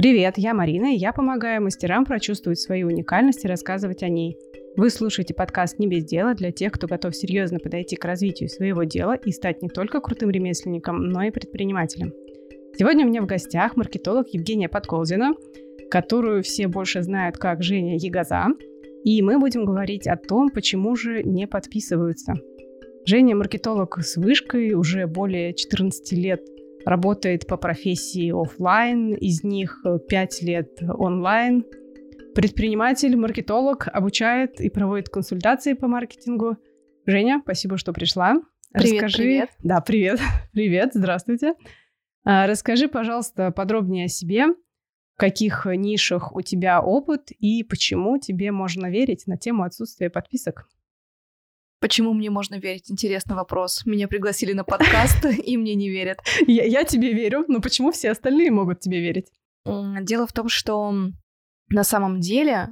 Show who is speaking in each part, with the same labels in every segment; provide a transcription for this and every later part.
Speaker 1: Привет, я Марина, и я помогаю мастерам прочувствовать свою уникальность и рассказывать о ней. Вы слушаете подкаст «Не без дела» для тех, кто готов серьезно подойти к развитию своего дела и стать не только крутым ремесленником, но и предпринимателем. Сегодня у меня в гостях маркетолог Евгения Подколзина, которую все больше знают как Женя Ягоза, и мы будем говорить о том, почему же не подписываются. Женя маркетолог с вышкой, уже более 14 лет работает по профессии офлайн, из них 5 лет онлайн. Предприниматель, маркетолог, обучает и проводит консультации по маркетингу. Женя, спасибо, что пришла.
Speaker 2: Привет.
Speaker 1: Да, привет. Привет, здравствуйте. Расскажи, пожалуйста, подробнее о себе, в каких нишах у тебя опыт и почему тебе можно верить на тему отсутствия подписок.
Speaker 2: Почему мне можно верить? Интересный вопрос. Меня пригласили на подкаст, и мне не верят.
Speaker 1: Я тебе верю, но почему все остальные могут тебе верить?
Speaker 2: Дело в том, что на самом деле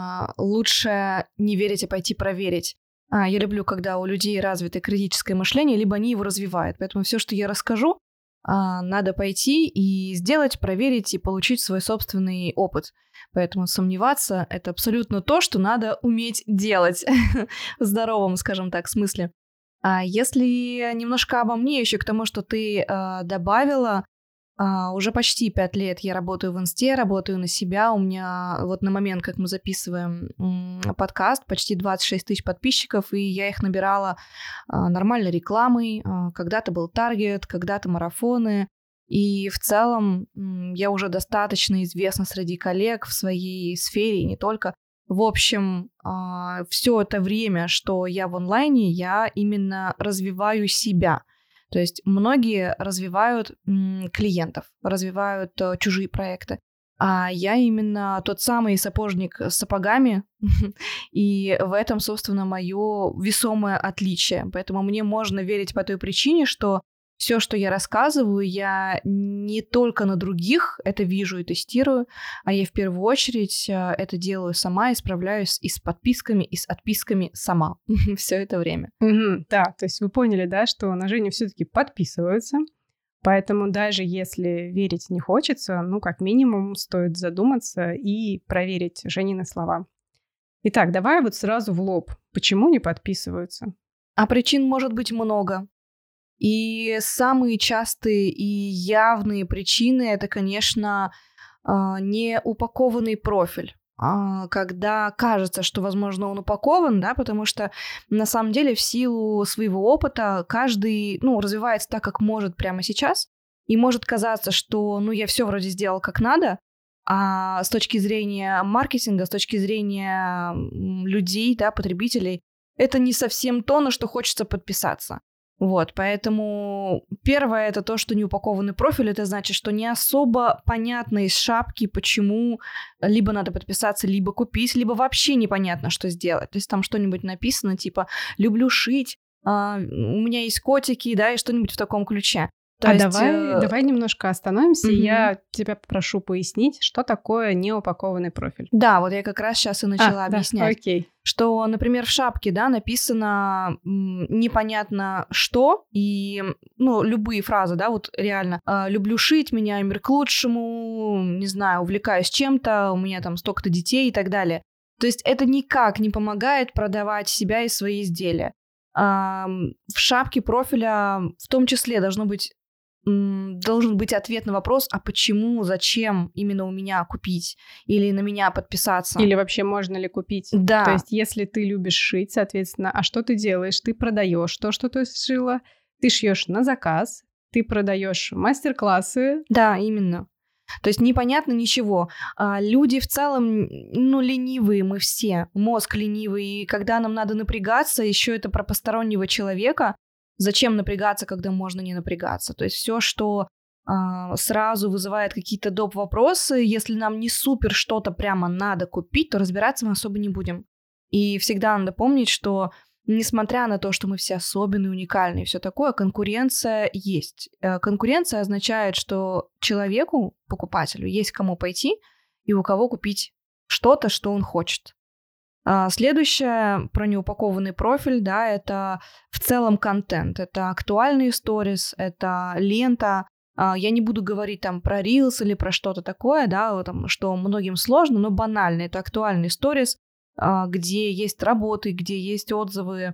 Speaker 2: лучше не верить, а пойти проверить. Я люблю, когда у людей развитое критическое мышление, либо они его развивают. Поэтому все, что я расскажу, надо пойти и сделать, проверить и получить свой собственный опыт. Поэтому сомневаться — это абсолютно то, что надо уметь делать в здоровом, скажем так, смысле. А если немножко обо мне, еще к тому, что ты добавила, уже почти 5 лет я работаю в Инсте, работаю на себя. У меня вот на момент, как мы записываем подкаст, почти 26 тысяч подписчиков, и я их набирала нормальной рекламой. Когда-то был таргет, когда-то марафоны. И в целом я уже достаточно известна среди коллег в своей сфере, и не только. В общем, все это время, что я в онлайне, я именно развиваю себя. То есть многие развивают клиентов, развивают чужие проекты. А я именно тот самый сапожник с сапогами, и в этом, собственно, мое весомое отличие. Поэтому мне можно верить по той причине, что все, что я рассказываю, я не только на других это вижу и тестирую, а я в первую очередь это делаю сама и справляюсь и с подписками, и с отписками сама все это время.
Speaker 1: Да, то есть вы поняли, да, что на Женю все-таки подписываются, поэтому даже если верить не хочется, как минимум стоит задуматься и проверить Женины слова. Итак, давай вот сразу в лоб. Почему не подписываются?
Speaker 2: А причин может быть много. И самые частые и явные причины — это, конечно, неупакованный профиль. Когда кажется, что, возможно, он упакован, да, потому что на самом деле в силу своего опыта каждый, развивается так, как может прямо сейчас, и может казаться, что, я все вроде сделал как надо, а с точки зрения маркетинга, с точки зрения людей, да, потребителей, это не совсем то, на что хочется подписаться. Вот, поэтому первое — это то, что неупакованный профиль. Это значит, что не особо понятно из шапки, почему либо надо подписаться, либо купить, либо вообще непонятно, что сделать. То есть там что-нибудь написано, типа «люблю шить», «у меня есть котики», да, и что-нибудь в таком ключе.
Speaker 1: Давай немножко остановимся, и я тебя попрошу пояснить, что такое неупакованный профиль.
Speaker 2: Да, вот я как раз сейчас и начала объяснять.
Speaker 1: Окей.
Speaker 2: Что, например, в шапке, да, написано непонятно что, и, любые фразы, да, вот реально «люблю шить», «меняю мир к лучшему», не знаю, «увлекаюсь чем-то», «у меня там столько-то детей» и так далее. То есть это никак не помогает продавать себя и свои изделия. В шапке профиля в том числе должен быть ответ на вопрос, а почему, зачем именно у меня купить или на меня подписаться.
Speaker 1: Или вообще можно ли купить.
Speaker 2: Да.
Speaker 1: То есть если ты любишь шить, соответственно, а что ты делаешь? Ты продаешь то, что ты сшила, ты шьешь на заказ, ты продаешь мастер-классы.
Speaker 2: Да, именно. То есть непонятно ничего. Люди в целом, ленивые мы все, мозг ленивый, и когда нам надо напрягаться, еще это про постороннего человека. Зачем напрягаться, когда можно не напрягаться? То есть все, что сразу вызывает какие-то доп. Вопросы, если нам не супер что-то прямо надо купить, то разбираться мы особо не будем. И всегда надо помнить, что несмотря на то, что мы все особенные, уникальные и все такое, конкуренция есть. Конкуренция означает, что человеку, покупателю, есть кому пойти и у кого купить что-то, что он хочет. Следующее про неупакованный профиль, да, это в целом контент. Это актуальные сторис, это лента, Я не буду говорить там про Reels или про что-то такое, да, там, что многим сложно, но банально. Это актуальный сторис, где есть работы, где есть отзывы,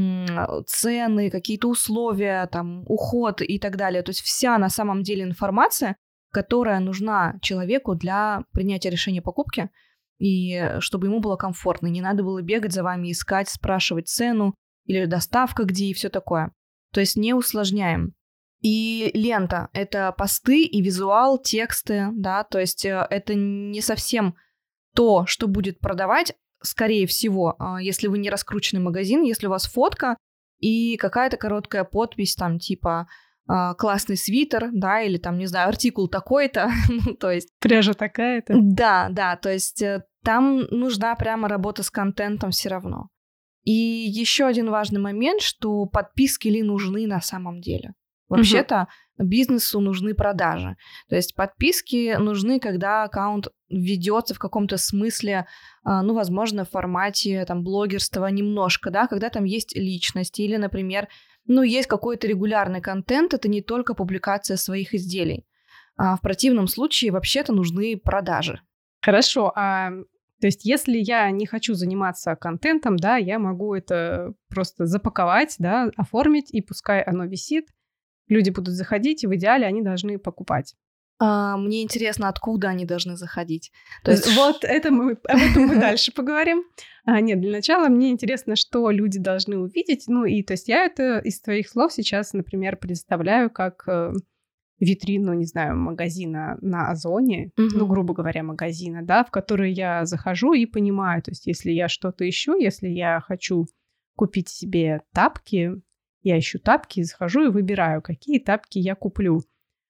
Speaker 2: цены, какие-то условия, там, уход и так далее. То есть вся на самом деле информация, которая нужна человеку для принятия решения покупки, и чтобы ему было комфортно. Не надо было бегать за вами, искать, спрашивать цену или доставка где и все такое. То есть не усложняем. И лента — это посты и визуал, тексты, да, то есть это не совсем то, что будет продавать, скорее всего, если вы не раскрученный магазин, если у вас фотка и какая-то короткая подпись, там, типа классный свитер, да, или там, не знаю, артикул такой-то, ну, то есть...
Speaker 1: Пряжа такая-то.
Speaker 2: Да, то есть там нужна прямо работа с контентом все равно. И еще один важный момент, что подписки ли нужны на самом деле. Вообще-то бизнесу нужны продажи. То есть подписки нужны, когда аккаунт ведется в каком-то смысле, ну, возможно, в формате там блогерства немножко, да, когда там есть личность или, например, ну, есть какой-то регулярный контент, это не только публикация своих изделий. В противном случае вообще-то нужны продажи.
Speaker 1: Хорошо, то есть если я не хочу заниматься контентом, да, я могу это просто запаковать, да, оформить, и пускай оно висит, люди будут заходить, и в идеале они должны покупать.
Speaker 2: Мне интересно, откуда они должны заходить. То есть...
Speaker 1: Вот об этом мы дальше поговорим. Нет, для начала мне интересно, что люди должны увидеть. Ну и то есть я это из твоих слов сейчас, например, представляю как витрину, не знаю, магазина на Озоне, ну, грубо говоря, магазина, да, в который я захожу и понимаю, то есть если я что-то ищу, если я хочу купить себе тапки, я ищу тапки, захожу и выбираю, какие тапки я куплю.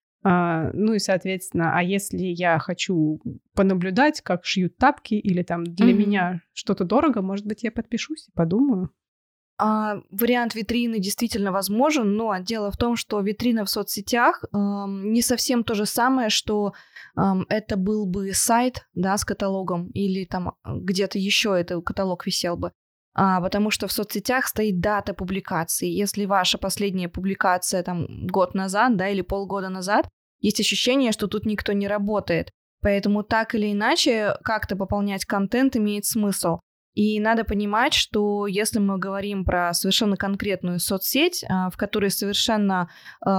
Speaker 1: Ну и, соответственно, а если я хочу понаблюдать, как шьют тапки, или там для меня что-то дорого, может быть, я подпишусь и подумаю.
Speaker 2: Вариант витрины действительно возможен, но дело в том, что витрина в соцсетях не совсем то же самое, что это был бы сайт, да, с каталогом, или там где-то еще этот каталог висел бы. Потому что в соцсетях стоит дата публикации. Если ваша последняя публикация там год назад, да, или полгода назад, есть ощущение, что тут никто не работает. Поэтому так или иначе как-то пополнять контент имеет смысл. И надо понимать, что если мы говорим про совершенно конкретную соцсеть, в которой совершенно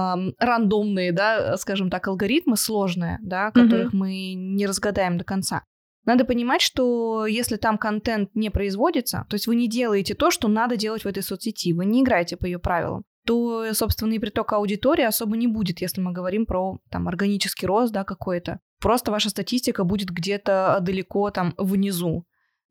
Speaker 2: рандомные, да, скажем так, алгоритмы сложные, да, которых мы не разгадаем до конца, надо понимать, что если там контент не производится, то есть вы не делаете то, что надо делать в этой соцсети, вы не играете по ее правилам, то, собственно, и притока аудитории особо не будет, если мы говорим про там органический рост, да, какой-то. Просто ваша статистика будет где-то далеко там внизу,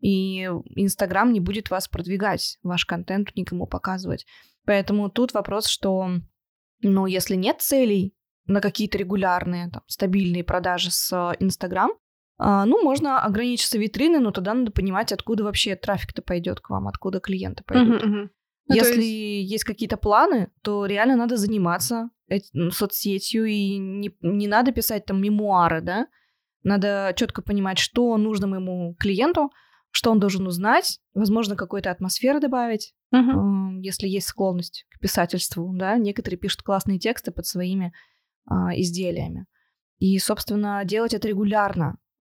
Speaker 2: и Инстаграм не будет вас продвигать, ваш контент никому показывать. Поэтому тут вопрос, что, ну, если нет целей на какие-то регулярные, там, стабильные продажи с Инстаграм, ну, можно ограничиться витриной, но тогда надо понимать, откуда вообще трафик-то пойдет к вам, откуда клиенты пойдут. Если есть какие-то планы, то реально надо заниматься соцсетью, и не надо писать там мемуары, да? Надо четко понимать, что нужно моему клиенту, что он должен узнать, возможно, какой-то атмосферы добавить, если есть склонность к писательству, да? Некоторые пишут классные тексты под своими изделиями. И, собственно, делать это регулярно.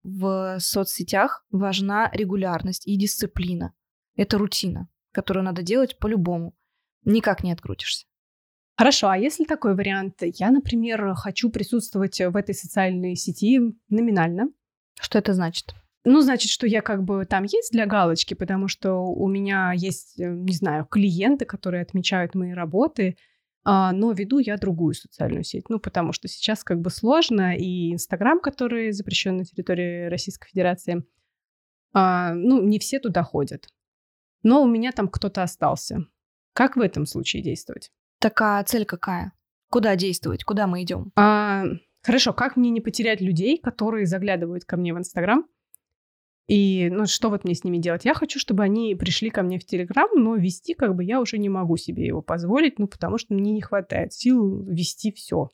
Speaker 2: В соцсетях важна регулярность и дисциплина. Это рутина, которую надо делать по-любому. Никак не открутишься.
Speaker 1: Хорошо, а если такой вариант? Я, например, хочу присутствовать в этой социальной сети номинально.
Speaker 2: Что это значит?
Speaker 1: Ну, значит, что я как бы там есть для галочки, потому что у меня есть, не знаю, клиенты, которые отмечают мои работы, но веду я другую социальную сеть. Ну, потому что сейчас как бы сложно, и Инстаграм, который запрещен на территории Российской Федерации, ну, не все туда ходят. Но у меня там кто-то остался. Как в этом случае действовать?
Speaker 2: Такая цель какая? Куда действовать? Куда мы идем?
Speaker 1: Хорошо, как мне не потерять людей, которые заглядывают ко мне в Инстаграм? И, ну, что вот мне с ними делать? Я хочу, чтобы они пришли ко мне в Телеграм, но вести как бы я уже не могу себе его позволить, ну, потому что мне не хватает сил вести все.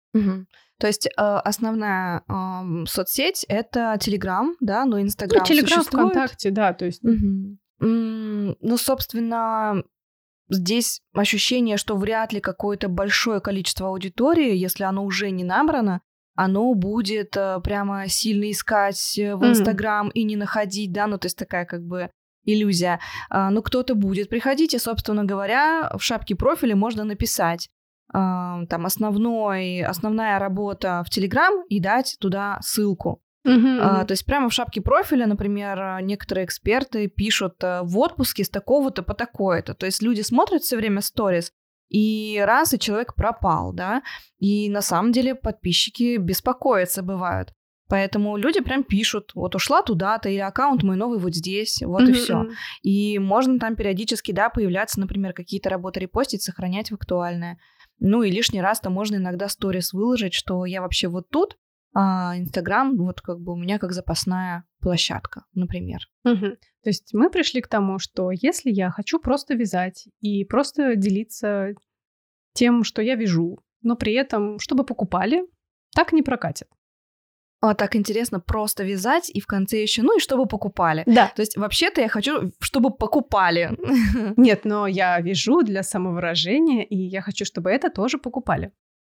Speaker 2: То есть основная соцсеть — это Телеграм, да, но Инстаграм
Speaker 1: Телеграм,
Speaker 2: существует.
Speaker 1: ВКонтакте, да, то есть...
Speaker 2: Ну, собственно, здесь ощущение, что вряд ли какое-то большое количество аудитории, если оно уже не набрано, оно будет прямо сильно искать в Инстаграм и не находить, да, ну, то есть такая как бы иллюзия. Но кто-то будет приходить, и, собственно говоря, в шапке профиля можно написать там основная работа в Телеграм и дать туда ссылку. То есть прямо в шапке профиля, например, некоторые эксперты пишут в отпуске с такого-то по такое-то. То есть люди смотрят все время сторис, и человек пропал, да, и на самом деле подписчики беспокоятся бывают. Поэтому люди прям пишут, вот ушла туда-то, или аккаунт мой новый вот здесь, вот и все. И можно там периодически, да, появляться, например, какие-то работы репостить, сохранять в актуальное. Ну и лишний раз-то можно иногда сторис выложить, что я вообще вот тут, а Инстаграм вот как бы у меня как запасная площадка, например.
Speaker 1: То есть мы пришли к тому, что если я хочу просто вязать и просто делиться тем, что я вяжу, но при этом, чтобы покупали, так не прокатит.
Speaker 2: Так интересно просто вязать и в конце еще, ну и чтобы покупали.
Speaker 1: Да.
Speaker 2: То есть вообще-то я хочу, чтобы покупали.
Speaker 1: Нет, но я вяжу для самовыражения, и я хочу, чтобы это тоже покупали.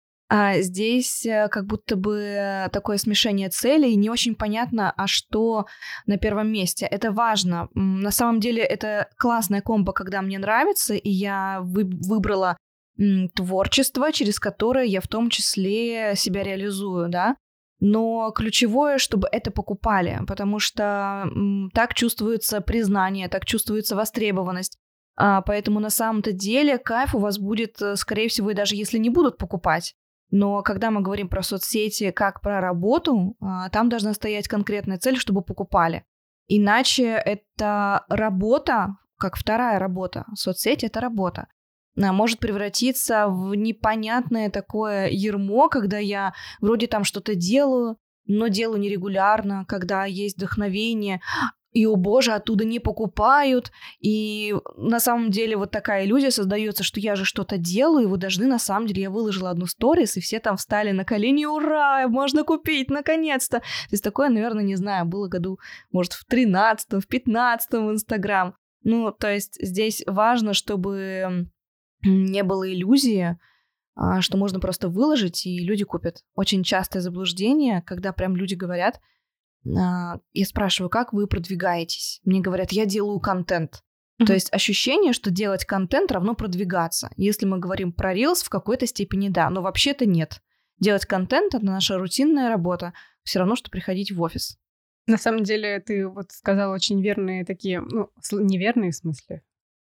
Speaker 2: Здесь как будто бы такое смешение целей, не очень понятно, а что на первом месте. Это важно. На самом деле это классная комбо, когда мне нравится, и я выбрала творчество, через которое я в том числе себя реализую, да. Но ключевое, чтобы это покупали, потому что так чувствуется признание, так чувствуется востребованность. Поэтому на самом-то деле кайф у вас будет, скорее всего, и даже если не будут покупать. Но когда мы говорим про соцсети как про работу, там должна стоять конкретная цель, чтобы покупали. Иначе это работа, как вторая работа. Соцсети — это работа. Может превратиться в непонятное такое ярмо, когда я вроде там что-то делаю, но делаю нерегулярно, когда есть вдохновение, и, о боже, оттуда не покупают. И на самом деле вот такая иллюзия создается, что я же что-то делаю, и вы должны, на самом деле, я выложила одну сторис, и все там встали на колени, ура, можно купить, наконец-то. То есть такое, наверное, не знаю, было году, может, в 13-м, в 15-м в Инстаграм. Ну, то есть здесь важно, чтобы не было иллюзии, что можно просто выложить, и люди купят. Очень частое заблуждение, когда прям люди говорят, я спрашиваю, как вы продвигаетесь? Мне говорят, я делаю контент. То есть ощущение, что делать контент равно продвигаться. Если мы говорим про Reels, в какой-то степени да, но вообще-то нет. Делать контент — это наша рутинная работа. Все равно, что приходить в офис.
Speaker 1: На самом деле, ты вот сказала очень верные такие, ну, неверные в смысле,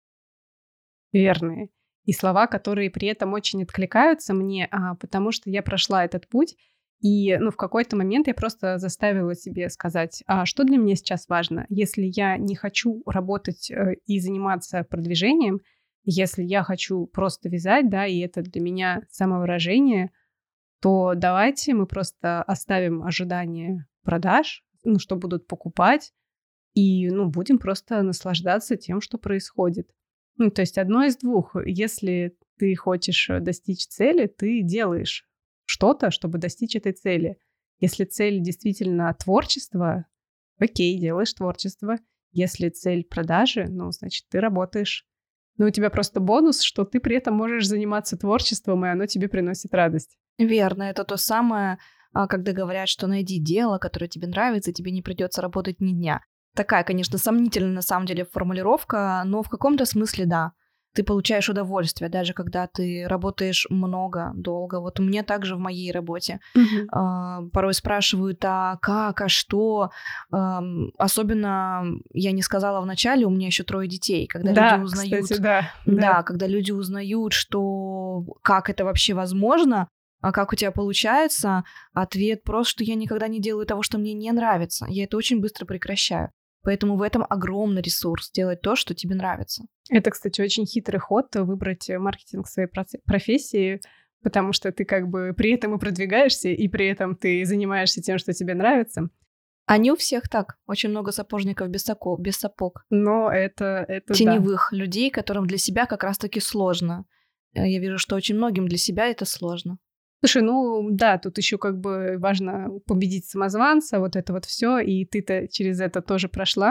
Speaker 1: верные. И слова, которые при этом очень откликаются мне, потому что я прошла этот путь. И, в какой-то момент я просто заставила себе сказать, что для меня сейчас важно. Если я не хочу работать и заниматься продвижением, если я хочу просто вязать, да, и это для меня самовыражение, то давайте мы просто оставим ожидание продаж, что будут покупать, и, будем просто наслаждаться тем, что происходит. То есть одно из двух. Если ты хочешь достичь цели, ты делаешь что-то, чтобы достичь этой цели. Если цель действительно творчество, окей, делаешь творчество. Если цель продажи, значит, ты работаешь. Но у тебя просто бонус, что ты при этом можешь заниматься творчеством, и оно тебе приносит радость.
Speaker 2: Верно, это то самое, когда говорят, что найди дело, которое тебе нравится, и тебе не придется работать ни дня. Такая, конечно, сомнительная на самом деле формулировка, но в каком-то смысле да. Ты получаешь удовольствие, даже когда ты работаешь много, долго. Вот у меня также в моей работе. Порой спрашивают, как, что. Особенно, я не сказала вначале, у меня еще 3 детей. Когда люди узнают,
Speaker 1: кстати,
Speaker 2: когда люди узнают, что как это вообще возможно, как у тебя получается, ответ просто, что я никогда не делаю того, что мне не нравится. Я это очень быстро прекращаю. Поэтому в этом огромный ресурс — делать то, что тебе нравится.
Speaker 1: Это, кстати, очень хитрый ход — выбрать маркетинг своей профессии, потому что ты как бы при этом и продвигаешься, и при этом ты занимаешься тем, что тебе нравится.
Speaker 2: Не у всех так. Очень много сапожников без сапог.
Speaker 1: Но это
Speaker 2: теневых людей, которым для себя как раз-таки сложно. Я вижу, что очень многим для себя это сложно.
Speaker 1: Слушай, тут еще как бы важно победить самозванца, вот это вот все, и ты-то через это тоже прошла.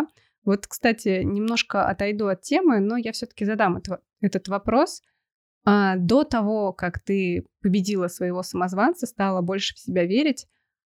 Speaker 1: Вот, кстати, немножко отойду от темы, но я все-таки задам этот вопрос. До того, как ты победила своего самозванца, стала больше в себя верить,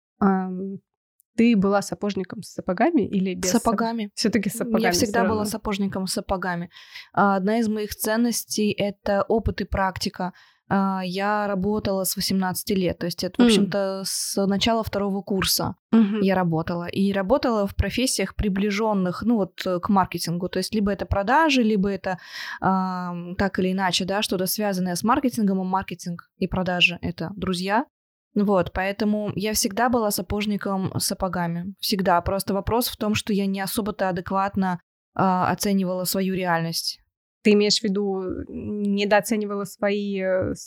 Speaker 1: ты была сапожником с сапогами или без
Speaker 2: Сапогами.
Speaker 1: Все-таки с сапогами.
Speaker 2: Я всегда была сапожником с сапогами. Одна из моих ценностей — это опыт и практика. Я работала с 18 лет, то есть это, в общем-то, с начала 2 курса я работала. И работала в профессиях, приближенных, к маркетингу. То есть либо это продажи, либо это так или иначе, да, что-то связанное с маркетингом, а маркетинг и продажи — это друзья. Поэтому я всегда была сапожником с сапогами. Всегда. Просто вопрос в том, что я не особо-то адекватно оценивала свою реальность.
Speaker 1: Ты имеешь в виду, недооценивала свои...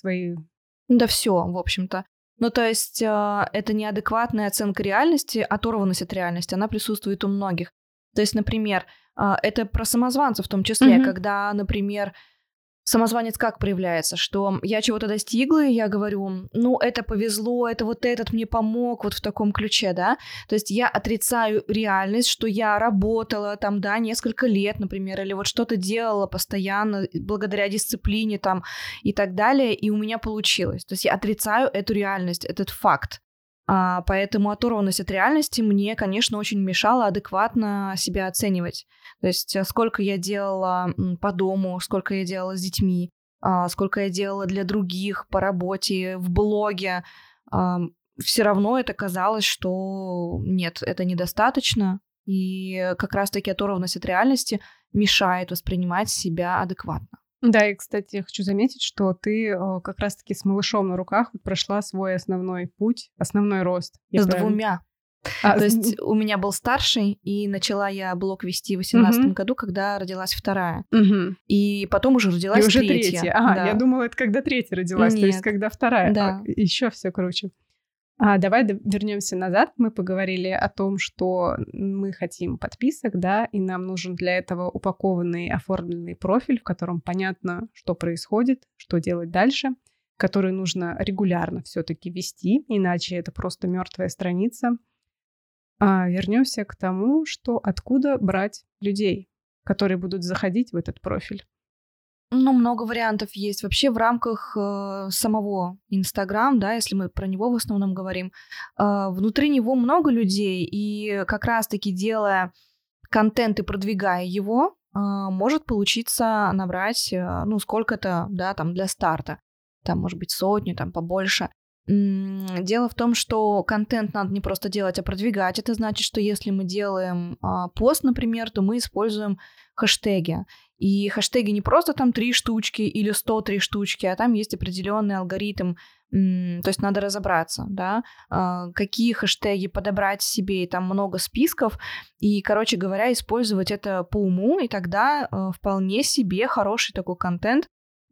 Speaker 2: Да все, в общем-то. То есть это неадекватная оценка реальности, оторванность от реальности, она присутствует у многих. То есть, например, это про самозванцев в том числе, когда, например, самозванец как проявляется, что я чего-то достигла, и я говорю, это повезло, это вот этот мне помог, вот в таком ключе, да. То есть я отрицаю реальность, что я работала там, да, несколько лет, например, или вот что-то делала постоянно благодаря дисциплине там и так далее, и у меня получилось. То есть я отрицаю эту реальность, этот факт. Поэтому оторванность от реальности мне, конечно, очень мешала адекватно себя оценивать. То есть сколько я делала по дому, сколько я делала с детьми, сколько я делала для других по работе, в блоге, все равно это казалось, что нет, это недостаточно. И как раз-таки оторванность от реальности мешает воспринимать себя адекватно.
Speaker 1: Да, и, кстати, хочу заметить, что ты как раз-таки с малышом на руках прошла свой основной путь, основной рост.
Speaker 2: С 2. То есть у меня был старший, и начала я блог вести в 2018 году, когда родилась 2. И потом уже родилась 3.
Speaker 1: Да. Я думала, это когда 3 родилась,
Speaker 2: Нет.
Speaker 1: То есть когда 2.
Speaker 2: Да.
Speaker 1: Еще все круче. Давай вернемся назад. Мы поговорили о том, что мы хотим подписок, да, и нам нужен для этого упакованный, оформленный профиль, в котором понятно, что происходит, что делать дальше, который нужно регулярно все-таки вести, иначе это просто мертвая страница. Вернемся к тому, что откуда брать людей, которые будут заходить в этот профиль.
Speaker 2: Много вариантов есть. Вообще в рамках самого Инстаграм, да, если мы про него в основном говорим, внутри него много людей, и как раз-таки делая контент и продвигая его, может получиться набрать, сколько-то, да, там для старта. Там, может быть, 100, там побольше. Дело в том, что контент надо не просто делать, а продвигать. Это значит, что если мы делаем пост, например, то мы используем хэштеги. И хэштеги не просто там 3 штучки или 103 штучки, а там есть определенный алгоритм. То есть надо разобраться, да, какие хэштеги подобрать себе, и там много списков. И, короче говоря, использовать это по уму, и тогда вполне себе хороший такой контент.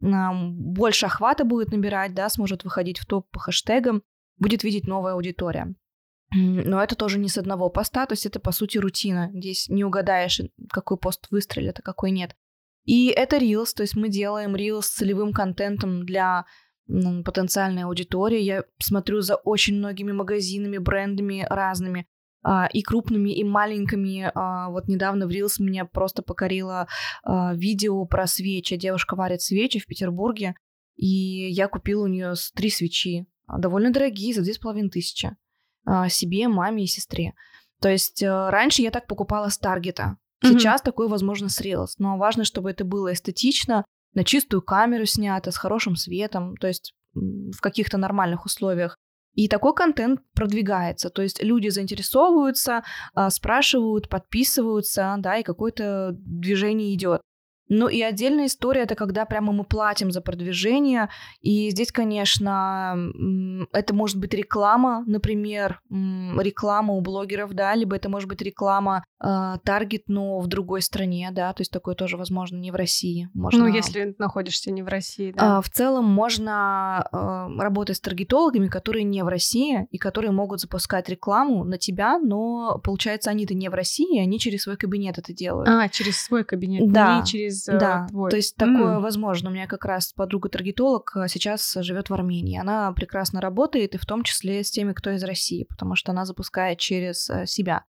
Speaker 2: Больше охвата будет набирать, да, сможет выходить в топ по хэштегам, будет видеть новая аудитория. Но это тоже не с одного поста, то есть это, по сути, рутина. Здесь не угадаешь, какой пост выстрелит, а какой нет. И это Reels, то есть мы делаем Reels с целевым контентом для потенциальной аудитории. Я смотрю за очень многими магазинами, брендами разными, и крупными, и маленькими. Вот недавно в Reels меня просто покорило видео про свечи. Девушка варит свечи в Петербурге, и я купила у нее 3 свечи, довольно дорогие, за 2500. Себе, маме и сестре. То есть раньше я так покупала с Таргета. Сейчас такое возможно с Reels. Но важно, чтобы это было эстетично, на чистую камеру снято, с хорошим светом, то есть в каких-то нормальных условиях. И такой контент продвигается. То есть люди заинтересовываются, спрашивают, подписываются, да, и какое-то движение идет. Ну и отдельная история — это когда прямо мы платим за продвижение, и здесь, конечно, это может быть реклама, например, реклама у блогеров, да, либо это может быть реклама таргет, но в другой стране, да, то есть такое тоже возможно не в России. Можно...
Speaker 1: если находишься не в России, да.
Speaker 2: В целом можно работать с таргетологами, которые не в России, и которые могут запускать рекламу на тебя, но, получается, они-то не в России, они через свой кабинет это делают.
Speaker 1: Через свой кабинет,
Speaker 2: да.
Speaker 1: не через твой.
Speaker 2: То есть такое возможно. У меня как раз подруга-таргетолог сейчас живет в Армении. Она прекрасно работает, и в том числе с теми, кто из России, потому что она запускает через себя.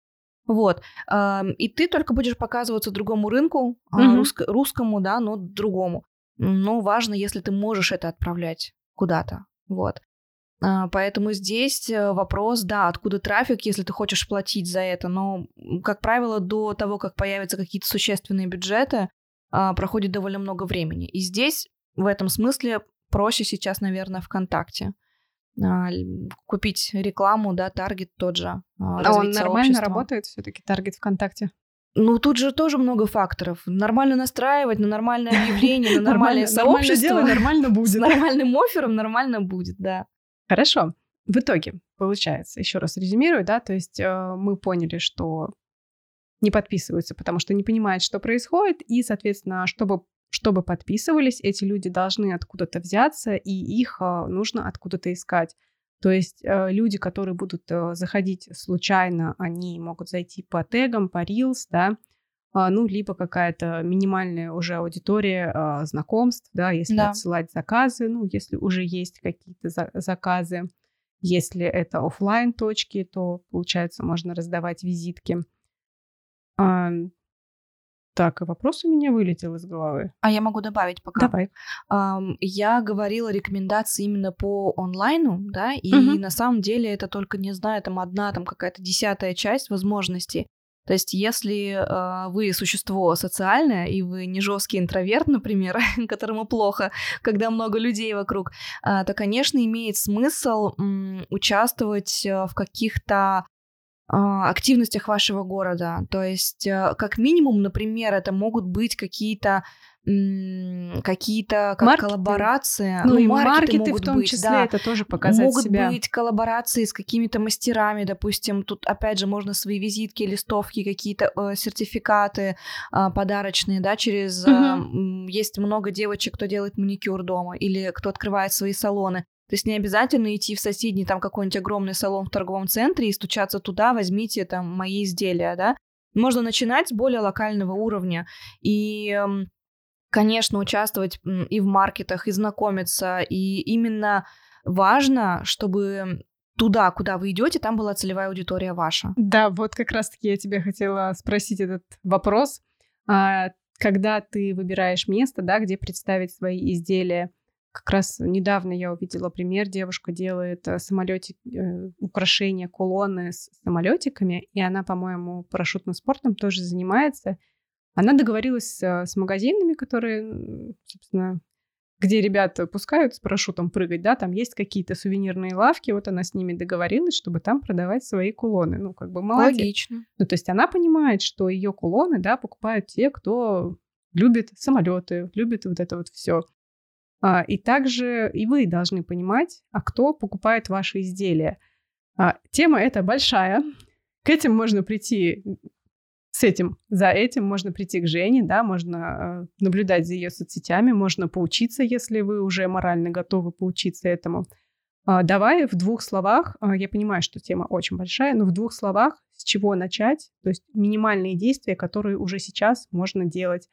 Speaker 2: Вот. И ты только будешь показываться другому рынку, русскому, да, но другому. Но важно, если ты можешь это отправлять куда-то. Вот. Поэтому здесь вопрос, да, откуда трафик, если ты хочешь платить за это. Но, как правило, до того, как появятся какие-то существенные бюджеты, проходит довольно много времени. И здесь, в этом смысле, проще сейчас, наверное, ВКонтакте. Купить рекламу, да, таргет тот же.
Speaker 1: А он нормально работает все-таки, таргет ВКонтакте?
Speaker 2: Ну, тут же тоже много факторов. Нормально настраивать, на нормальное объявление, на нормальное сообщество.
Speaker 1: Нормально дело, нормально будет.
Speaker 2: С нормальным оффером нормально будет, да.
Speaker 1: Хорошо. В итоге, получается, еще раз резюмирую, да, то есть мы поняли, что не подписываются, потому что не понимают, что происходит, и, соответственно, чтобы подписывались, эти люди должны откуда-то взяться, и их нужно откуда-то искать. То есть люди, которые будут заходить случайно, они могут зайти по тегам, по Reels, да, ну, либо какая-то минимальная уже аудитория знакомств, да, если отсылать заказы, ну, если уже есть какие-то заказы. Если это офлайн точки, то, получается, можно раздавать визитки. Так, и вопрос у меня вылетел из головы.
Speaker 2: А я могу добавить пока.
Speaker 1: Давай.
Speaker 2: Я говорила рекомендации именно по онлайну, да, и на самом деле это только, не знаю, там одна, там какая-то 10-я часть возможностей. То есть если вы существо социальное, и вы не жесткий интроверт, например, которому плохо, когда много людей вокруг, то, конечно, имеет смысл участвовать в каких-то активностях вашего города. То есть, как минимум, например, это могут быть какие-то как коллаборации.
Speaker 1: Ну, и маркеты могут в том числе, да, это тоже показать
Speaker 2: могут
Speaker 1: себя.
Speaker 2: Могут быть коллаборации с какими-то мастерами, допустим, тут, опять же, можно свои визитки, листовки, какие-то сертификаты подарочные, да, через... Есть много девочек, кто делает маникюр дома или кто открывает свои салоны. То есть не обязательно идти в соседний там какой-нибудь огромный салон в торговом центре и стучаться туда, возьмите там мои изделия, да. Можно начинать с более локального уровня и, конечно, участвовать и в маркетах, и знакомиться, и именно важно, чтобы туда, куда вы идете, там была целевая аудитория ваша.
Speaker 1: Да, вот как раз-таки я тебя хотела спросить этот вопрос. Когда ты выбираешь место, да, где представить свои изделия, как раз недавно я увидела пример, девушка делает украшения, кулоны с самолетиками, и она, по-моему, парашютным спортом тоже занимается. Она договорилась с магазинами, которые, собственно, где ребята пускают с парашютом прыгать, да, там есть какие-то сувенирные лавки, вот она с ними договорилась, чтобы там продавать свои кулоны. Ну, как бы молодец.
Speaker 2: Логично.
Speaker 1: Ну, то есть она понимает, что ее кулоны, да, покупают те, кто любит самолеты, любит вот это вот все. И также и вы должны понимать, кто покупает ваши изделия. Тема эта большая. К этим можно прийти, за этим можно прийти к Жене, да, можно наблюдать за ее соцсетями, можно поучиться, если вы уже морально готовы поучиться этому. Давай в 2 словах, я понимаю, что тема очень большая, но в 2 словах, с чего начать, то есть минимальные действия, которые уже сейчас можно делать.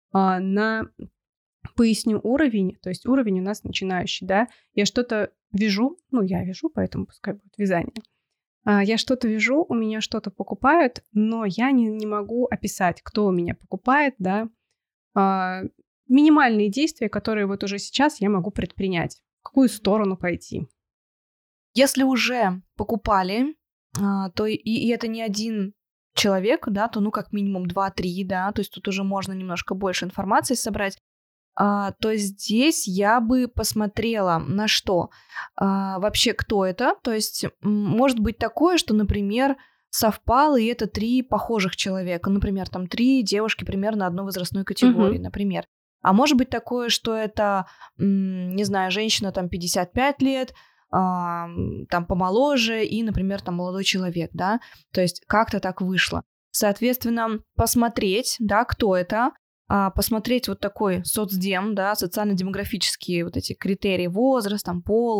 Speaker 1: Поясню уровень, то есть уровень у нас начинающий, да, я что-то вяжу, я вяжу, поэтому пускай будет вязание. Я что-то вяжу, у меня что-то покупают, но я не могу описать, кто у меня покупает, да. Минимальные действия, которые вот уже сейчас я могу предпринять, в какую сторону пойти.
Speaker 2: Если уже покупали, то и это не один человек, да, то как минимум 2-3, да, то есть тут уже можно немножко больше информации собрать. То здесь я бы посмотрела на что? Вообще, кто это? То есть может быть такое, что, например, совпало, и это 3 похожих человека. Например, там 3 девушки примерно одной возрастной категории, например. А может быть такое, что это, не знаю, женщина там 55 лет, там помоложе и, например, там молодой человек, да? То есть как-то так вышло. Соответственно, посмотреть, да, кто это, посмотреть вот такой соцдем, да, социально-демографические вот эти критерии: возраст, там, пол,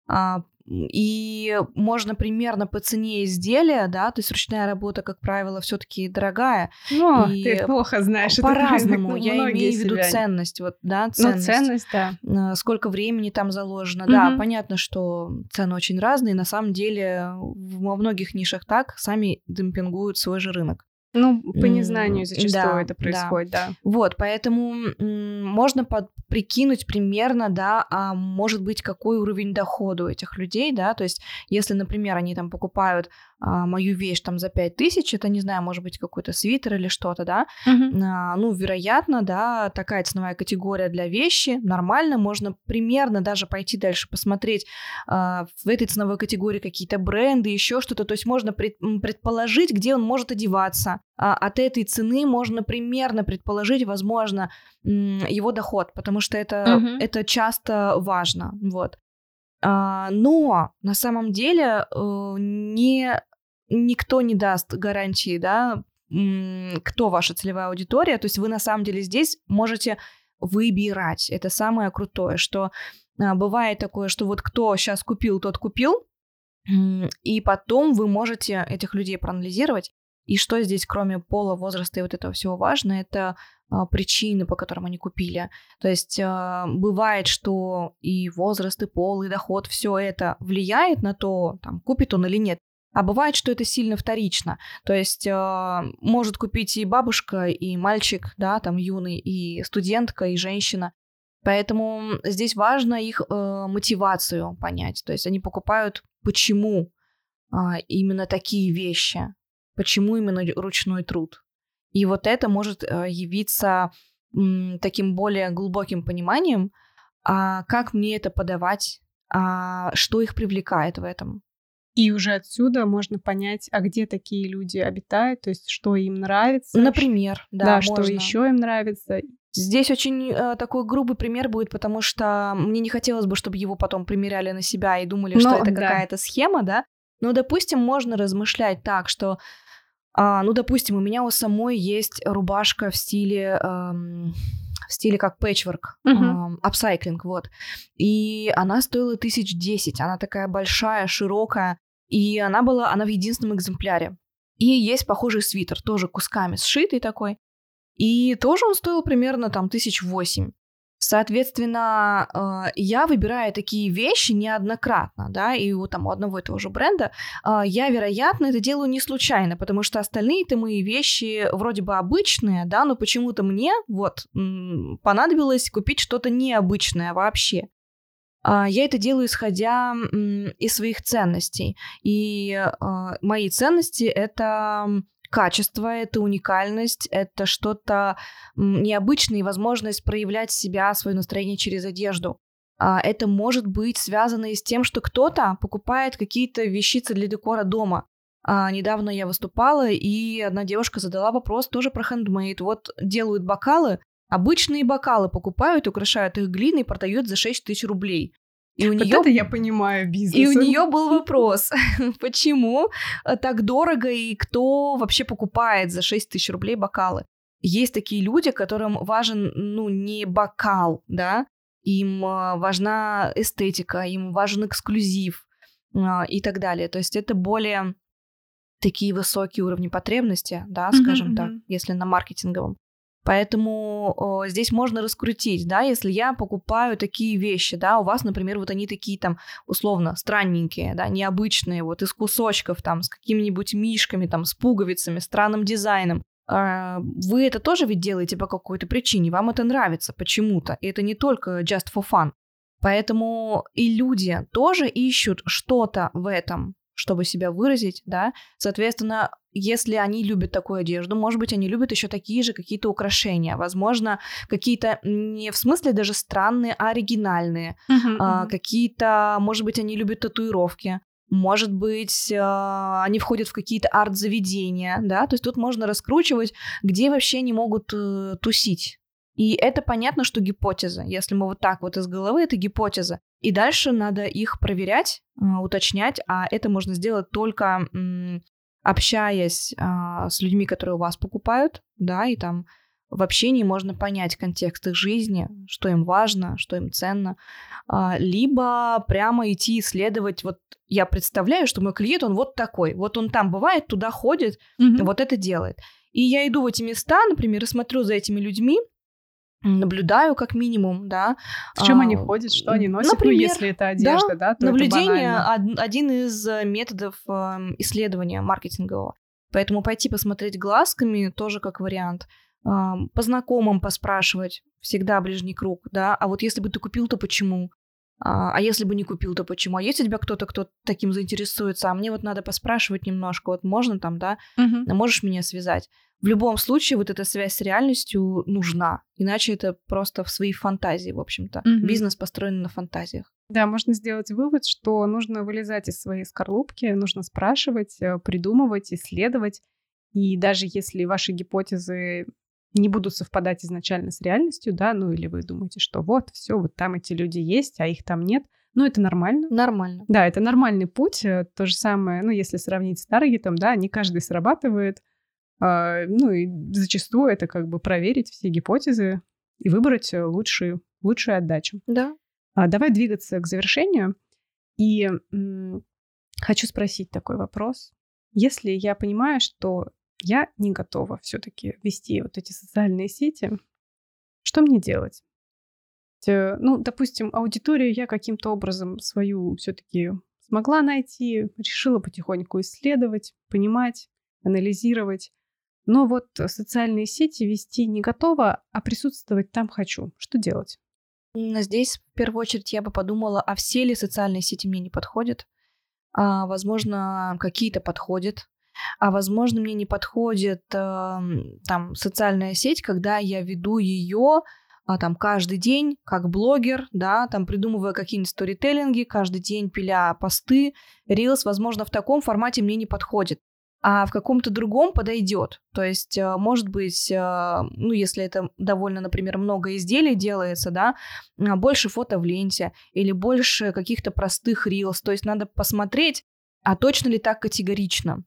Speaker 2: И можно примерно по цене изделия, да, то есть ручная работа, как правило, все-таки дорогая.
Speaker 1: Ну,
Speaker 2: и
Speaker 1: ты плохо знаешь.
Speaker 2: По-разному.
Speaker 1: Это
Speaker 2: Я имею в виду
Speaker 1: себя...
Speaker 2: ценность. Вот, да,
Speaker 1: ценность. Ну, ценность, да.
Speaker 2: Сколько времени там заложено. Да, понятно, что цены очень разные. На самом деле во многих нишах так сами демпингуют свой же рынок.
Speaker 1: Ну, по незнанию зачастую это происходит, да.
Speaker 2: Вот, поэтому можно прикинуть примерно, да, а может быть, какой уровень дохода у этих людей, да, то есть если, например, они там покупают мою вещь там за 5000, это, не знаю, может быть, какой-то свитер или что-то, да, ну, вероятно, да, такая ценовая категория для вещи, нормально, можно примерно даже пойти дальше посмотреть в этой ценовой категории какие-то бренды, еще что-то, то есть можно предположить, где он может одеваться. От этой цены можно примерно предположить, возможно, его доход, потому что это часто важно, вот. Но на самом деле никто не даст гарантии, да, кто ваша целевая аудитория, то есть вы на самом деле здесь можете выбирать. Это самое крутое, что бывает такое, что вот кто сейчас купил, тот купил, и потом вы можете этих людей проанализировать. И что здесь, кроме пола, возраста и вот этого всего важно, это причины, по которым они купили. То есть бывает, что и возраст, и пол, и доход, все это влияет на то, там, купит он или нет. А бывает, что это сильно вторично. То есть может купить и бабушка, и мальчик, да, там юный, и студентка, и женщина. Поэтому здесь важно их мотивацию понять. То есть они покупают, почему именно такие вещи, почему именно ручной труд. И вот это может явиться таким более глубоким пониманием, как мне это подавать, что их привлекает в этом.
Speaker 1: И уже отсюда можно понять, где такие люди обитают, то есть что им нравится.
Speaker 2: Например, да,
Speaker 1: что еще им нравится.
Speaker 2: Здесь очень такой грубый пример будет, потому что мне не хотелось бы, чтобы его потом примеряли на себя и думали, что это какая-то схема, да. Но, допустим, можно размышлять так, что, ну, допустим, у меня у самой есть рубашка в стиле как пэтчворк, апсайклинг, вот. И она стоила 1010, она такая большая, широкая, и она в единственном экземпляре. И есть похожий свитер, тоже кусками сшитый такой, и тоже он стоил примерно там 1008. Соответственно, я выбираю такие вещи неоднократно, да, и у одного и того же бренда я, вероятно, это делаю не случайно, потому что остальные-то мои вещи вроде бы обычные, да, но почему-то мне вот понадобилось купить что-то необычное вообще. Я это делаю, исходя из своих ценностей, и мои ценности — это качество, это уникальность, это что-то необычное и возможность проявлять себя, свое настроение через одежду. Это может быть связано и с тем, что кто-то покупает какие-то вещицы для декора дома. Недавно я выступала, и одна девушка задала вопрос тоже про хендмейд. Вот делают бокалы, обычные бокалы покупают, украшают их глиной и продают за 6000 рублей. И у нее,
Speaker 1: это я понимаю бизнес.
Speaker 2: И у нее был вопрос, почему так дорого и кто вообще покупает за 6000 рублей бокалы. Есть такие люди, которым важен, не бокал, да, им важна эстетика, им важен эксклюзив и так далее. То есть это более такие высокие уровни потребности, да, скажем так, если на маркетинговом. Поэтому здесь можно раскрутить, да, если я покупаю такие вещи, да, у вас, например, вот они такие там условно странненькие, да, необычные, вот из кусочков там с какими-нибудь мишками, там с пуговицами, странным дизайном. Вы это тоже ведь делаете по какой-то причине, вам это нравится почему-то, и это не только just for fun. Поэтому и люди тоже ищут что-то в этом, чтобы себя выразить, да, соответственно, если они любят такую одежду, может быть, они любят еще такие же какие-то украшения, возможно, какие-то не в смысле даже странные, а оригинальные, какие-то, может быть, они любят татуировки, может быть, они входят в какие-то арт-заведения, да, то есть тут можно раскручивать, где вообще они могут тусить. И это понятно, что гипотеза. Если мы вот так вот из головы, это гипотеза. И дальше надо их проверять, уточнять, а это можно сделать только общаясь с людьми, которые у вас покупают, да, и там в общении можно понять контекст их жизни, что им важно, что им ценно, либо прямо идти исследовать. Вот я представляю, что мой клиент, он вот такой, вот он там бывает, туда ходит, вот это делает. И я иду в эти места, например, и смотрю за этими людьми, наблюдаю как минимум, да.
Speaker 1: В чем они ходят, что они носят, например, если это одежда, да, то
Speaker 2: наблюдение
Speaker 1: это банально.
Speaker 2: Один из методов исследования маркетингового. Поэтому пойти посмотреть глазками тоже как вариант. По знакомым поспрашивать, всегда ближний круг, да. А вот если бы ты купил, то почему? А если бы не купил, то почему? А есть у тебя кто-то, кто таким заинтересуется? А мне вот надо поспрашивать немножко, вот можно там, да? Можешь меня связать? В любом случае вот эта связь с реальностью нужна, иначе это просто в свои фантазии, в общем-то. Бизнес построен на фантазиях.
Speaker 1: Да, можно сделать вывод, что нужно вылезать из своей скорлупки, нужно спрашивать, придумывать, исследовать. И даже если ваши гипотезы не будут совпадать изначально с реальностью, да, ну или вы думаете, что вот, все, вот там эти люди есть, а их там нет, ну это нормально.
Speaker 2: Нормально.
Speaker 1: Да, это нормальный путь. То же самое, ну если сравнить с таргетом, да, не каждый срабатывает. Ну и зачастую это как бы проверить все гипотезы и выбрать лучшую отдачу.
Speaker 2: Да.
Speaker 1: Давай двигаться к завершению. И хочу спросить такой вопрос. Если я понимаю, что я не готова все-таки вести вот эти социальные сети, что мне делать? Ну, допустим, аудиторию я каким-то образом свою все-таки смогла найти, решила потихоньку исследовать, понимать, анализировать. Но вот социальные сети вести не готова, а присутствовать там хочу. Что делать?
Speaker 2: Здесь в первую очередь я бы подумала, а все ли социальные сети мне не подходят? Возможно, какие-то подходят. А возможно, мне не подходит там социальная сеть, когда я веду ее там каждый день как блогер, да, там придумывая какие-нибудь сторителлинги, каждый день пиля посты, рилс, возможно, в таком формате мне не подходит. А в каком-то другом подойдет. То есть, может быть, ну, если это довольно, например, много изделий делается, да, больше фото в ленте или больше каких-то простых рилс. То есть надо посмотреть, а точно ли так категорично.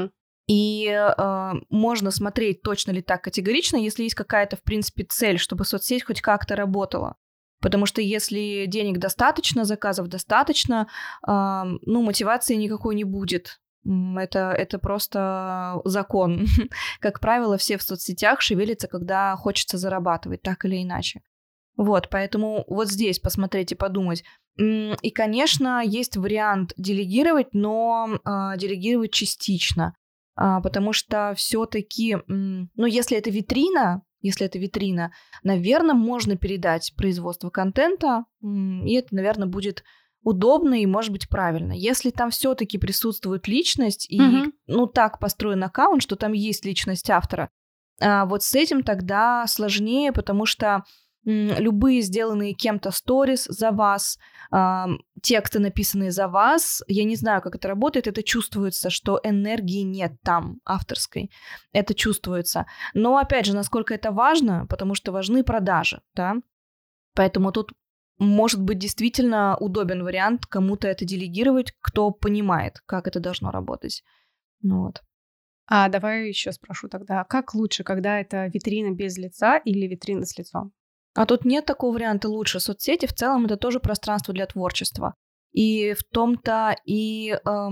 Speaker 2: И можно смотреть, точно ли так категорично, если есть какая-то, в принципе, цель, чтобы соцсеть хоть как-то работала. Потому что если денег достаточно, заказов достаточно, ну, мотивации никакой не будет. Это просто закон. Как правило, все в соцсетях шевелятся, когда хочется зарабатывать, так или иначе. Вот, поэтому вот здесь посмотреть и подумать. И, конечно, есть вариант делегировать, но делегировать частично. Потому что все-таки, ну, если это витрина, наверное, можно передать производство контента, и это, наверное, будет удобно и, может быть, правильно. Если там все-таки присутствует личность, и ну, так построен аккаунт, что там есть личность автора, вот с этим тогда сложнее, потому что любые сделанные кем-то сторис за вас, тексты, написанные за вас, я не знаю, как это работает, это чувствуется, что энергии нет там, авторской. Это чувствуется. Но, опять же, насколько это важно, потому что важны продажи, да? Поэтому тут может быть действительно удобен вариант кому-то это делегировать, кто понимает, как это должно работать. Ну, вот.
Speaker 1: А давай еще спрошу тогда, как лучше, когда это витрина без лица или витрина с лицом?
Speaker 2: А тут нет такого варианта лучше. Соцсети в целом это тоже пространство для творчества. И в том-то и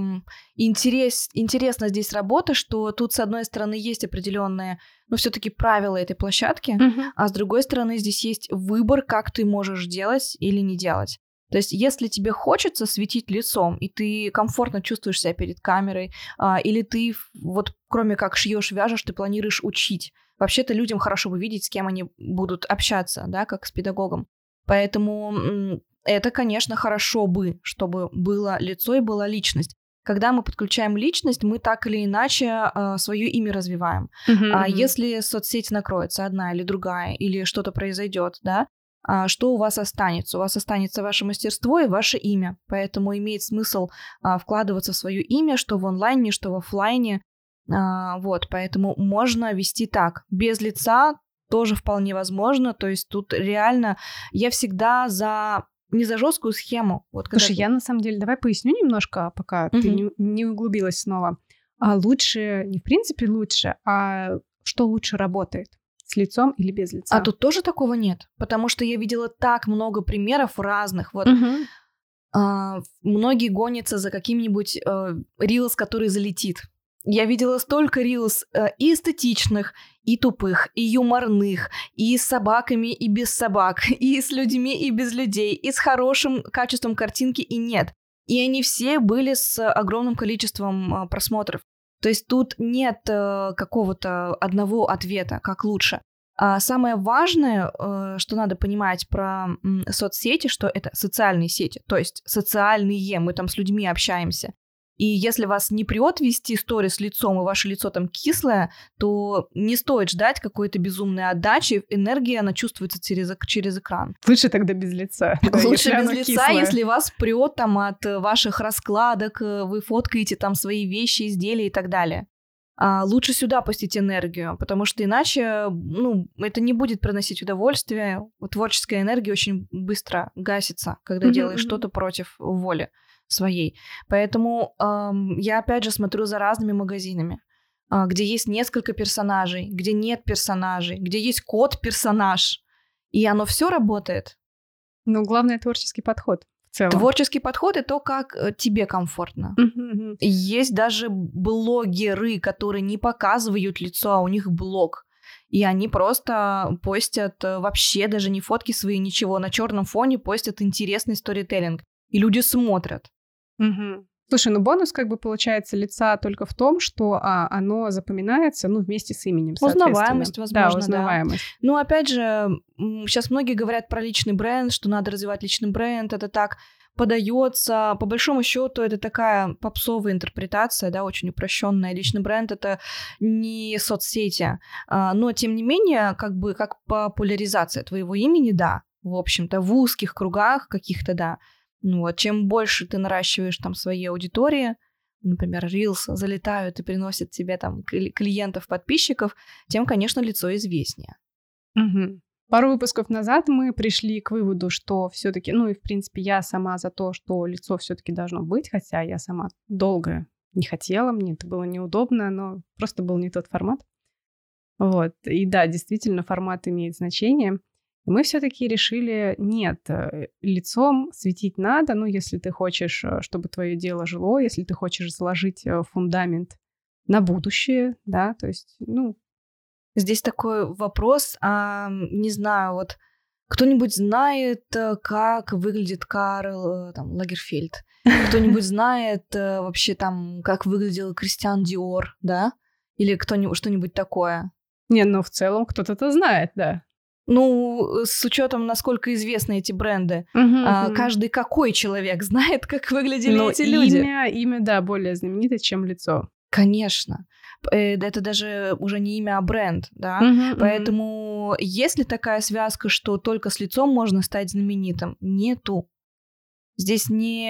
Speaker 2: интересна здесь работа, что тут, с одной стороны, есть определенные, ну, все-таки правила этой площадки, а с другой стороны, здесь есть выбор, как ты можешь делать или не делать. То есть, если тебе хочется светить лицом, и ты комфортно чувствуешь себя перед камерой, или ты, вот кроме как шьешь, вяжешь, ты планируешь учить. Вообще-то людям хорошо бы видеть, с кем они будут общаться, да, как с педагогом. Поэтому это, конечно, хорошо бы, чтобы было лицо и была личность. Когда мы подключаем личность, мы так или иначе свое имя развиваем. Если соцсеть накроется, одна или другая, или что-то произойдет, да, что у вас останется? У вас останется ваше мастерство и ваше имя. Поэтому имеет смысл вкладываться в свое имя, что в онлайне, что в офлайне. Вот, поэтому можно вести так. Без лица тоже вполне возможно. То есть тут реально я всегда не за жесткую схему. Вот,
Speaker 1: слушай, я на самом деле, давай поясню немножко, пока ты не углубилась снова. Лучше, не в принципе лучше, а что лучше работает? С с лицом или без лица.
Speaker 2: А тут тоже такого нет, потому что я видела так много примеров разных. Вот многие гонятся за каким-нибудь рилс, который залетит. Я видела столько рилс и эстетичных, и тупых, и юморных, и с собаками, и без собак, и с людьми, и без людей, и с хорошим качеством картинки, и нет. И они все были с огромным количеством просмотров. То есть тут нет какого-то одного ответа, как лучше. А самое важное, что надо понимать про соцсети, что это социальные сети, то есть социальные, мы там с людьми общаемся. И если вас не прет вести сторис с лицом, и ваше лицо там кислое, то не стоит ждать какой-то безумной отдачи. Энергия, она чувствуется через экран.
Speaker 1: Лучше тогда без лица.
Speaker 2: Лучше без лица, если вас прет там от ваших раскладок, вы фоткаете там свои вещи, изделия и так далее. Лучше сюда пустить энергию, потому что иначе, это не будет приносить удовольствие. Творческая энергия очень быстро гасится, когда делаешь что-то против воли своей. Поэтому я опять же смотрю за разными магазинами, где есть несколько персонажей, где нет персонажей, где есть кот-персонаж, и оно все работает.
Speaker 1: Главное творческий подход.
Speaker 2: Творческий подход — это то, как тебе комфортно. Есть даже блогеры, которые не показывают лицо, а у них блог. И они просто постят вообще даже не фотки свои, ничего. На черном фоне постят интересный сторителлинг. И люди смотрят.
Speaker 1: Слушай, бонус получается лица только в том, что оно запоминается, вместе с именем, соответственно.
Speaker 2: Узнаваемость, возможно,
Speaker 1: да. Узнаваемость.
Speaker 2: Опять же, сейчас многие говорят про личный бренд, что надо развивать личный бренд, это так подается. По большому счету, это такая попсовая интерпретация, да, очень упрощенная. Личный бренд — это не соцсети, но, тем не менее, как популяризация твоего имени, да, в общем-то, в узких кругах каких-то, да. Чем больше ты наращиваешь там своей аудитории, например, Reels залетают и приносят тебе там клиентов, подписчиков, тем, конечно, лицо известнее.
Speaker 1: Пару выпусков назад мы пришли к выводу, что все-таки, и в принципе я сама за то, что лицо все-таки должно быть, хотя я сама долго не хотела, мне это было неудобно, но просто был не тот формат. И да, действительно, формат имеет значение. И мы все-таки решили, нет, лицом светить надо, если ты хочешь, чтобы твое дело жило, если ты хочешь заложить фундамент на будущее, да, то есть,
Speaker 2: Здесь такой вопрос, не знаю, кто-нибудь знает, как выглядит Карл Лагерфельд? Кто-нибудь знает вообще как выглядел Кристиан Диор, да? Или что-нибудь такое?
Speaker 1: Не, в целом кто-то знает, да.
Speaker 2: С учетом, насколько известны эти бренды, каждый какой человек знает, как выглядели эти люди.
Speaker 1: Имя, да, более знаменитое, чем лицо.
Speaker 2: Конечно. Это даже уже не имя, а бренд, да? Поэтому есть ли такая связка, что только с лицом можно стать знаменитым? Нету. Здесь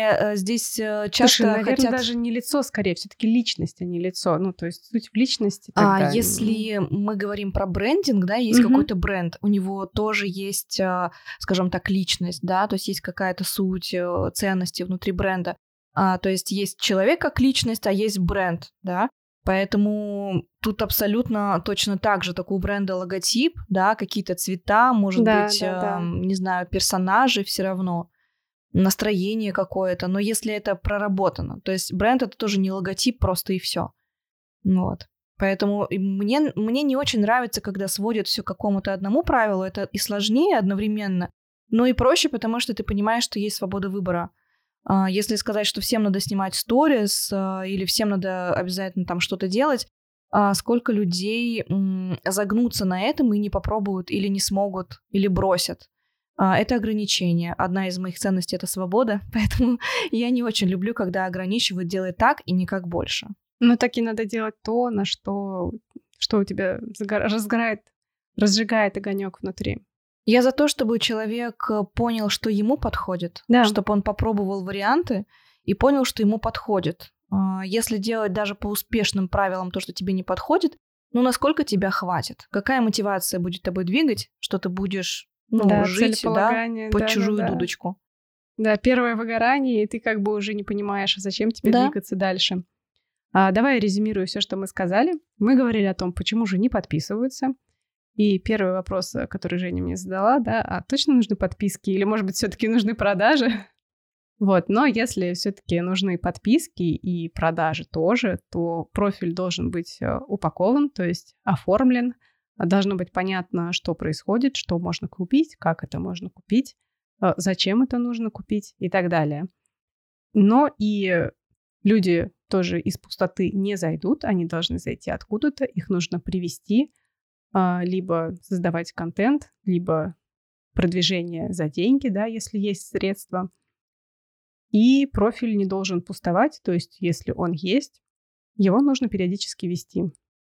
Speaker 2: часто
Speaker 1: Слушай, наверное, даже не лицо, скорее, все-таки личность, а не лицо. То есть суть в личности тогда.
Speaker 2: Если мы говорим про брендинг, да, есть какой-то бренд, у него тоже есть, скажем так, личность, да, то есть есть какая-то суть, ценности внутри бренда. То есть есть человек как личность, а есть бренд, да. Поэтому тут абсолютно точно так же такой у бренда логотип, да, какие-то цвета, может быть, не знаю, персонажи все равно. Настроение какое-то, но если это проработано. То есть бренд — это тоже не логотип просто и все. Поэтому мне не очень нравится, когда сводят все к какому-то одному правилу. Это и сложнее одновременно, но и проще, потому что ты понимаешь, что есть свобода выбора. Если сказать, что всем надо снимать сторис или всем надо обязательно там что-то делать, сколько людей загнутся на этом и не попробуют, или не смогут, или бросят. Это ограничение. Одна из моих ценностей — это свобода, поэтому я не очень люблю, когда ограничивают, делай так и никак больше.
Speaker 1: Так и надо делать то, на что у тебя разжигает огонек внутри.
Speaker 2: Я за то, чтобы человек понял, что ему подходит, чтобы он попробовал варианты и понял, что ему подходит. Если делать даже по успешным правилам то, что тебе не подходит, насколько тебя хватит? Какая мотивация будет тобой двигать, что ты будешь жить, под чужую дудочку.
Speaker 1: Да, первое выгорание, и ты уже не понимаешь, зачем тебе двигаться дальше. Давай я резюмирую все, что мы сказали. Мы говорили о том, почему же не подписываются. И первый вопрос, который Женя мне задала, да, а точно нужны подписки или, может быть, все-таки нужны продажи? Вот, но если все-таки нужны подписки и продажи тоже, то профиль должен быть упакован, то есть оформлен, должно быть понятно, что происходит, что можно купить, как это можно купить, зачем это нужно купить и так далее. Но и люди тоже из пустоты не зайдут, они должны зайти откуда-то, их нужно привести, либо создавать контент, либо продвижение за деньги, да, если есть средства. И профиль не должен пустовать, то есть если он есть, его нужно периодически вести.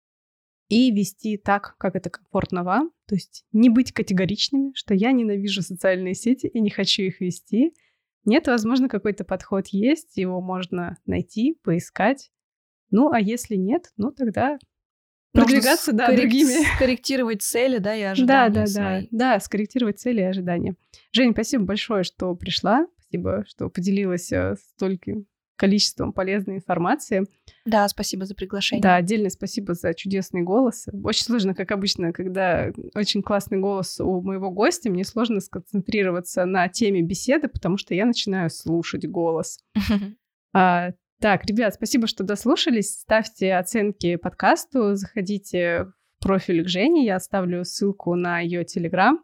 Speaker 1: И вести так, как это комфортно вам, то есть не быть категоричными, что я ненавижу социальные сети и не хочу их вести. Нет, возможно, какой-то подход есть, его можно найти, поискать. Ну, а если нет, ну тогда продвигаться, да, другими.
Speaker 2: Скорректировать цели, да, и ожидания свои.
Speaker 1: Да, скорректировать цели и ожидания. Жень, спасибо большое, что пришла. Спасибо, что поделилась стольким количеством полезной информации.
Speaker 2: Да, спасибо за приглашение.
Speaker 1: Да, отдельное спасибо за чудесный голос. Очень сложно, как обычно, когда очень классный голос у моего гостя, мне сложно сконцентрироваться на теме беседы, потому что я начинаю слушать голос. Так, ребят, спасибо, что дослушались. Ставьте оценки подкасту, заходите в профиль к Жене, я оставлю ссылку на ее Telegram.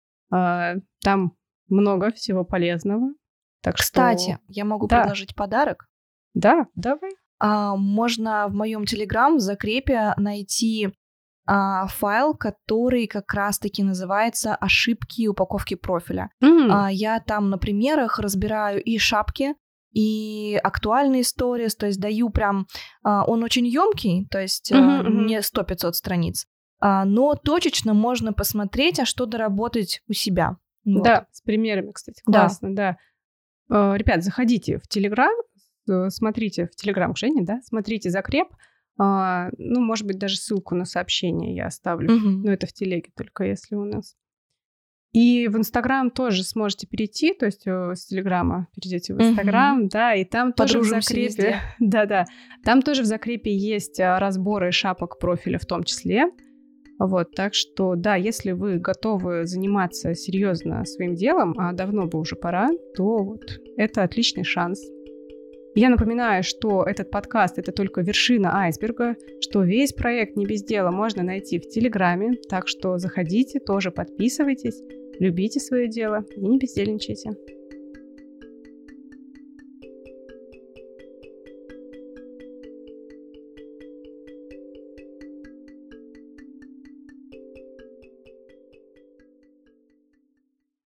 Speaker 1: Там много всего полезного. Так
Speaker 2: Кстати,
Speaker 1: что...
Speaker 2: я могу предложить подарок.
Speaker 1: Да, давай.
Speaker 2: Можно в моем Telegram в закрепе найти файл, который как раз-таки называется «Ошибки упаковки профиля». Я там на примерах разбираю и шапки, и актуальные сторис, то есть даю прям... Он очень ёмкий, то есть не 100-500 страниц, но точечно можно посмотреть, а что доработать у себя. Вот.
Speaker 1: Да, с примерами, кстати, классно, да. Ребят, заходите в Telegram, смотрите в Telegram к Жене, да, смотрите закреп, ну, может быть, даже ссылку на сообщение я оставлю, но это в телеге только, если у нас. И в Инстаграм тоже сможете перейти, то есть с Телеграма перейдете в Инстаграм, да, и там тоже в закрепе, да, там тоже в закрепе есть разборы шапок профиля в том числе. Вот, так что, да, если вы готовы заниматься серьезно своим делом, а давно бы уже пора, то вот это отличный шанс. Я напоминаю, что этот подкаст — это только вершина айсберга, что весь проект «Не без дела» можно найти в Телеграме, так что заходите, тоже подписывайтесь, любите свое дело и не бездельничайте.